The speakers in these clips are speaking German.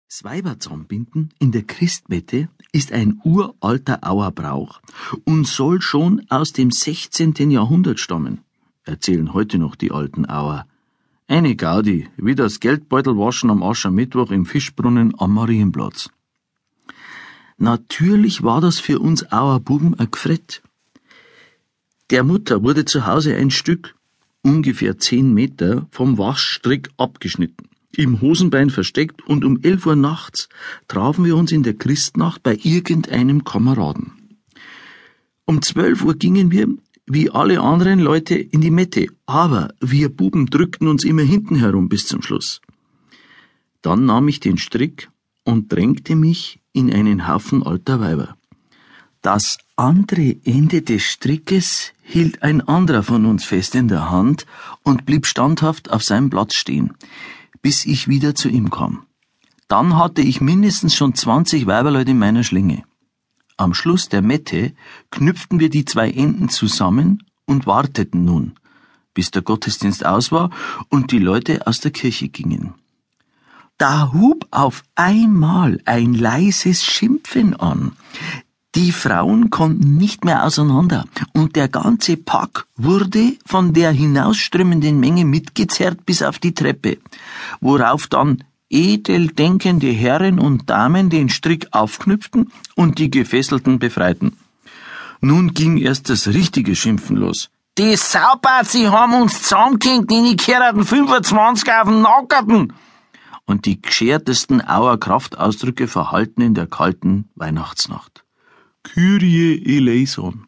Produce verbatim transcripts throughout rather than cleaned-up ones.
Das Weiberzahnbinden in der Christmette ist ein uralter Auerbrauch und soll schon aus dem sechzehnten Jahrhundert stammen, erzählen heute noch die alten Auer. Eine Gaudi, wie das Geldbeutelwaschen am Aschermittwoch im Fischbrunnen am Marienplatz. Natürlich war das für uns Auer Buben ein Gfrett. Der Mutter wurde zu Hause ein Stück, ungefähr zehn Meter, vom Waschstrick abgeschnitten, im Hosenbein versteckt, und um elf Uhr nachts trafen wir uns in der Christnacht bei irgendeinem Kameraden. Um zwölf Uhr gingen wir, wie alle anderen Leute, in die Mette, aber wir Buben drückten uns immer hinten herum bis zum Schluss. Dann nahm ich den Strick und drängte mich in einen Haufen alter Weiber. Das andere Ende des Strickes hielt ein anderer von uns fest in der Hand und blieb standhaft auf seinem Platz stehen, bis ich wieder zu ihm kam. Dann hatte ich mindestens schon zwanzig Weiberleute in meiner Schlinge. Am Schluss der Mette knüpften wir die zwei Enden zusammen und warteten nun, bis der Gottesdienst aus war und die Leute aus der Kirche gingen. Da hub auf einmal ein leises Schimpfen an. Die Frauen konnten nicht mehr auseinander und der ganze Pack wurde von der hinausströmenden Menge mitgezerrt bis auf die Treppe, worauf dann edel denkende Herren und Damen den Strick aufknüpften und die Gefesselten befreiten. Nun ging erst das richtige Schimpfen los. Die Saubat, sie haben uns zusammengehängt, die kehrten fünfundzwanzig auf den Nackerten. Und die geschertesten Auer Kraftausdrücke verhallten in der kalten Weihnachtsnacht. Kyrie eleison.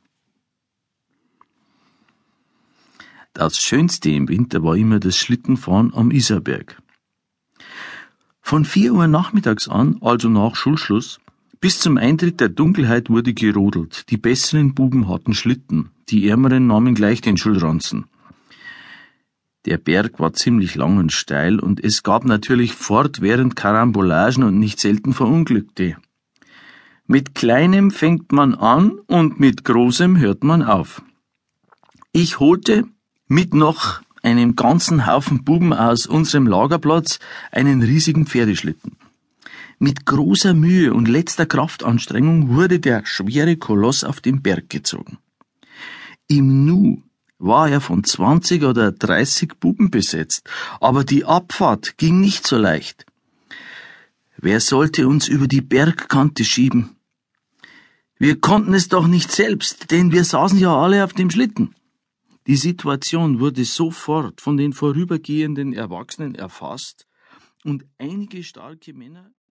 Das Schönste im Winter war immer das Schlittenfahren am Isarberg. Von vier Uhr nachmittags an, also nach Schulschluss, bis zum Eintritt der Dunkelheit wurde gerodelt. Die besseren Buben hatten Schlitten, die Ärmeren nahmen gleich den Schulranzen. Der Berg war ziemlich lang und steil und es gab natürlich fortwährend Karambolagen und nicht selten Verunglückte. Mit Kleinem fängt man an und mit Großem hört man auf. Ich holte mit noch einem ganzen Haufen Buben aus unserem Lagerplatz einen riesigen Pferdeschlitten. Mit großer Mühe und letzter Kraftanstrengung wurde der schwere Koloss auf den Berg gezogen. Im Nu war er von zwanzig oder dreißig Buben besetzt, aber die Abfahrt ging nicht so leicht. Wer sollte uns über die Bergkante schieben? Wir konnten es doch nicht selbst, denn wir saßen ja alle auf dem Schlitten. Die Situation wurde sofort von den vorübergehenden Erwachsenen erfasst und einige starke Männer